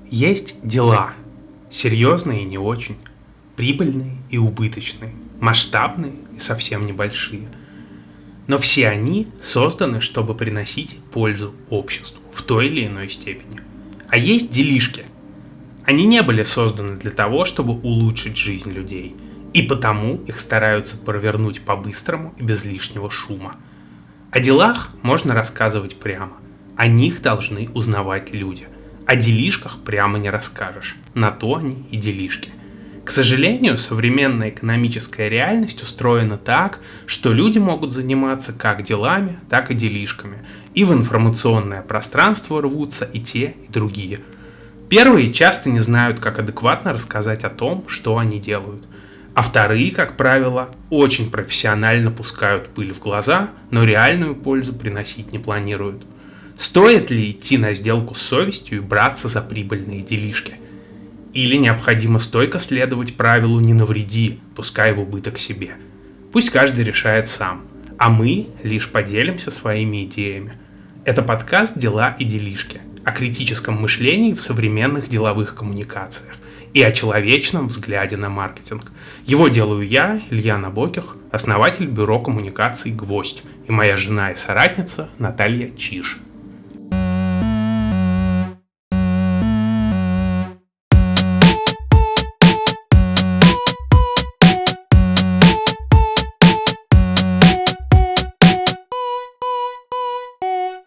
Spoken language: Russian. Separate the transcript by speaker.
Speaker 1: Есть дела. Серьезные и не очень. Прибыльные и убыточные. Масштабные и совсем небольшие. Но все они созданы, чтобы приносить пользу обществу в той или иной степени. А есть делишки. Они не были созданы для того, чтобы улучшить жизнь людей. И потому их стараются провернуть по-быстрому и без лишнего шума. О делах можно рассказывать прямо. О них должны узнавать люди. О делишках прямо не расскажешь. На то они и делишки. К сожалению, современная экономическая реальность устроена так, что люди могут заниматься как делами, так и делишками. И в информационное пространство рвутся и те, и другие. Первые часто не знают, как адекватно рассказать о том, что они делают. А вторые, как правило, очень профессионально пускают пыль в глаза, но реальную пользу приносить не планируют. Стоит ли идти на сделку с совестью и браться за прибыльные делишки? Или необходимо стойко следовать правилу «не навреди», пускай в убыток себе? Пусть каждый решает сам, а мы лишь поделимся своими идеями. Это подкаст «Дела и делишки» о критическом мышлении в современных деловых коммуникациях и о человечном взгляде на маркетинг. Его делаю я, Илья Набоких, основатель бюро коммуникаций «Гвоздь», и моя жена и соратница Наталья Чиж.